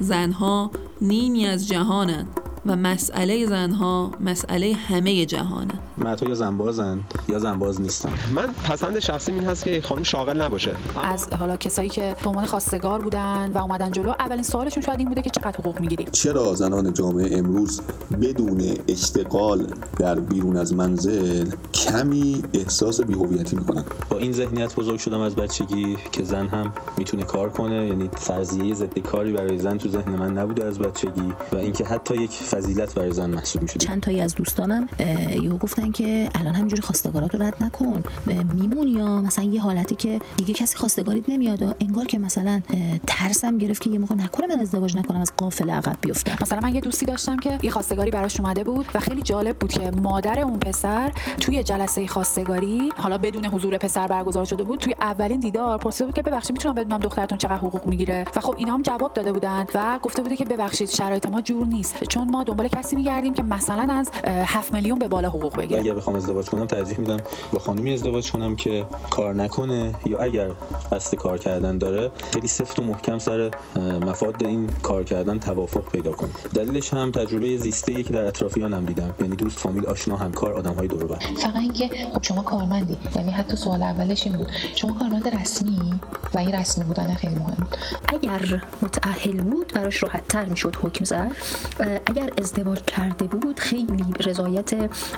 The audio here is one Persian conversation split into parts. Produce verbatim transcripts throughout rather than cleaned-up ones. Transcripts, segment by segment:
زنها نیمی از جهانند و مسئله زنها مسئله همه جهانه. مردها یا زنبازن یا زنباز نیستن. من پسند شخصی این هست که خانم شاغل نباشه. از حالا کسایی که به عنوان خواستگار بودن و اومدن جلو، اولین سوالشون شاید این بوده که چقدر حقوق میگیری؟ چرا زنان جامعه امروز بدون اشتغال در بیرون از منزل کمی احساس بی‌هویتی میکنن؟ با این ذهنیت بزرگ شدم از بچگی که زن هم میتونه کار کنه، یعنی فرضیه ضد کاری برای زن تو ذهن من نبوده از بچگی و اینکه حتی یک فضیلت برای زن محسوب میشه. چند تایی از دوستانم یهو گفتن که الان همینجوری خواستگارات رو رد نکن، میمون، یا مثلا یه حالتی که دیگه کسی خواستگاریت نمیاد، انگار که مثلا ترسم گرفت که یه موقع نکنه من ازدواج نکنم، از قافله عقب بیفتم. مثلا من یه دوستی داشتم که یه خواستگاری براش اومده بود و خیلی جالب بود که مادر اون پسر توی جلسه خواستگاری، حالا بدون حضور پسر برگزار شده بود، توی اولین دیدار پرسیده بود که ببخشید میتونم بدونم دخترتون چقدر حقوق میگیره؟ و خب اینا هم جواب داده بودن و گفته بوده که ببخشید شرایط ما جور نیست، چون ما دنبال کسی میگردیم که مثلا از هفت میلیون به بالا حقوق بگیره. اگر بخوام ازدواج کنم ترجیح میدم با خانومی ازدواج کنم که کار نکنه، یا اگر قصد کار کردن داره خیلی سفت و محکم سر مفاد این کار کردن توافق پیدا کنه. دلیلش هم تجربه زیسته‌ای که در اطرافیانم دیدم، یعنی دوست، فامیل، آشنا، همکار، آدم‌های دور و بر. فقط اینکه خب شما کارمندی، یعنی حتی سوال اولش این بود شما کارمند رسمی و این رسمی بودن خیلی مهم. اگر متأهل بود براش راحت‌تر میشد حکم زد، اگر ازدواج کرده بود خیلی رضایت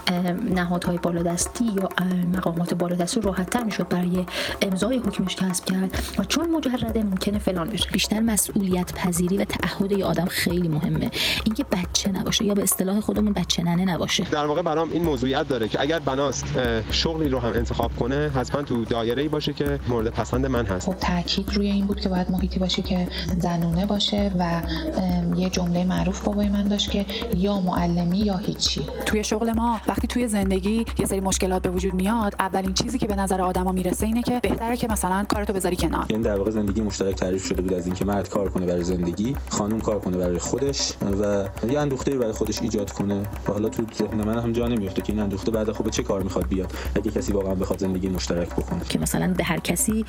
نهادهای بالادستی یا مقامات بالادستی راحت‌تر میشد برای امضای حکمش کسب کرد و چون مجرده ممکنه فلان بشه. بیشتر مسئولیت پذیری و تعهد یه آدم خیلی مهمه، اینکه بچه نباشه یا به اصطلاح خودمون بچه ننه نباشه. در واقع برام این موضوعیت داره که اگر بناست شغلی رو هم انتخاب کنه حتما تو دایره‌ای باشه که مورد پسند من هست. خب تاکید روی این بود که باید محیطی باشه که زنونه باشه و یه جمله معروف بابای من داشت که یا معلمی یا هیچی. توی شغل ما وقتی توی زندگی یه سری مشکلات به وجود میاد، اولین چیزی که به نظر آدما میرسه اینه که بهتره که مثلا کارتو بذاری کنار. یعنی در واقع زندگی مشترک تعریف شده بود از اینکه مرد کار کنه برای زندگی، خانم کار کنه برای خودش و یه اندوخته‌ای برای خودش ایجاد کنه. و حالا تو ذهن من هم جا نمیفته که این اندوخته بعد خب چه کار میخواد بیاد اگه کسی واقعا بخواد زندگی مشترک بکنه. که مثلا به هر کسی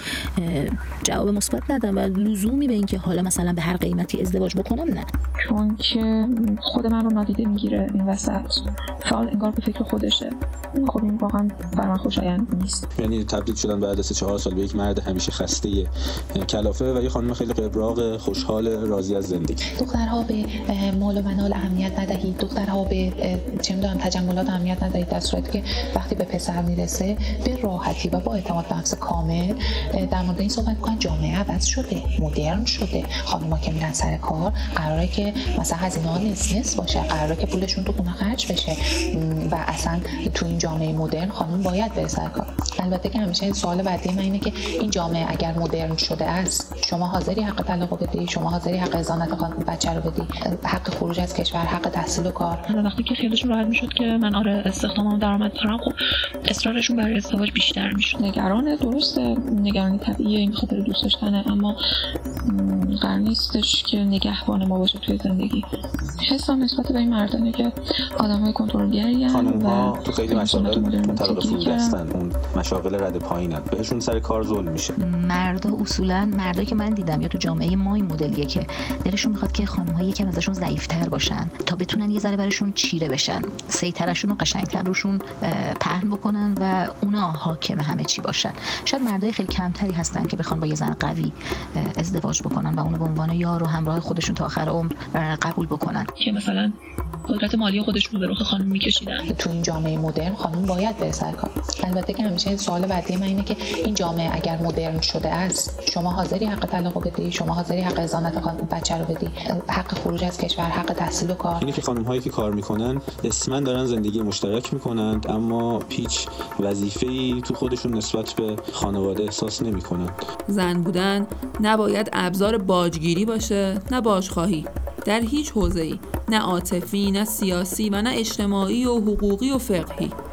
جواب مثبت ندم و لزومی به اینکه حالا مثلا به هر قیمتی ازدواج بکنم نه، چون که خود من رو نادیده میگیره این وسط، فعال انگار به فکر خودشه. خب این واقعا برام خوشایند نیست. یعنی تبدیل شدن بعد از سه چهار سال به یک مرد همیشه خسته کلافه و یه خانم خیلی قبراق، خوشحال، راضی از زندگی. دخترها به مال و منال اهمیت ندهید، دخترها به چه می‌دونم تجملات اهمیت ندهید، در صورتی که وقتی به پسر میرسه به راحتی و با اعتماد به نفس کامل در مورد این صحبت می‌کنن جامعه عوض شده، مدرن شده، خانم‌ها که میرن سر کار قراره که مثلا هزینه‌ها نصف باشه، قراره که پولشون تو خونه خرج بشه و اصلا تو این جامعه مدرن خانم باید بره سر کار. البته که همیشه سوال بعدی من اینه که این جامعه اگر مدرن شده است، شما حاضری حق طلاق بدی؟ شما حاضری حق ازدواج بچه رو بدی؟ حق خروج از کشور، حق تحصیل و کار؟ وقتی که خیلیشون راحت میشد که من آره استخدامم درآمد دارم، خب اصرارشون برای ازدواج بیشتر میشد. نگران، درسته نگرانی طبیعیه، این خاطر دوست داشتنه، اما قرار نیستش که نگهبان ما باشه توی زندگی. حسم نسبت به این مردانه که آدمای کنترلگری ان. خانم‌ها تو خیلی مشاغل مطابق فرود هستن، اون مشاغل رد پایینن، بهشون سر کار ظلم میشه. مردا اصولا مردایی که من دیدم یا تو جامعه ما این مدلیه که دلشون میخواد که خانم‌ها یکم ازشون ضعیف‌تر باشن تا بتونن یه ذره براشون چیره بشن، سیطره‌شون رو قشنگ‌تر روشون پهن بکنن و اونا حاکم همه چی باشن. شاید مردای خیلی کمتری هستن که بخوان با یه زن قوی ازدواج بکنن و اونو به عنوان یار و همراه خودشون تا آخر عمر قبول بکنن. که مثلا قدرت مالی خودشون رو به رخ خانم میکشیدن. تو این جامعه مدرن خانم باید بره سر کار. البته که همیشه سوال بعدی من اینه که این جامعه اگر مدرن شده است، شما حاضری حق طلاق بدی؟ شما حاضری حق ازدواج بچه رو بدی؟ حق خروج از کشور، حق تحصیل و کار؟ اینه که خانم‌هایی که کار میکنن اسمن دارن زندگی مشترک میکنند، اما هیچ وظیفه‌ای تو خودشون نسبت به خانواده احساس نمیکنن. زن بودن نباید ابزار باجگیری باشه، نه باجخواهی در هیچ حوزه‌ای، نه عاطفی، نه سیاسی و نه اجتماعی و حقوقی و فقهی.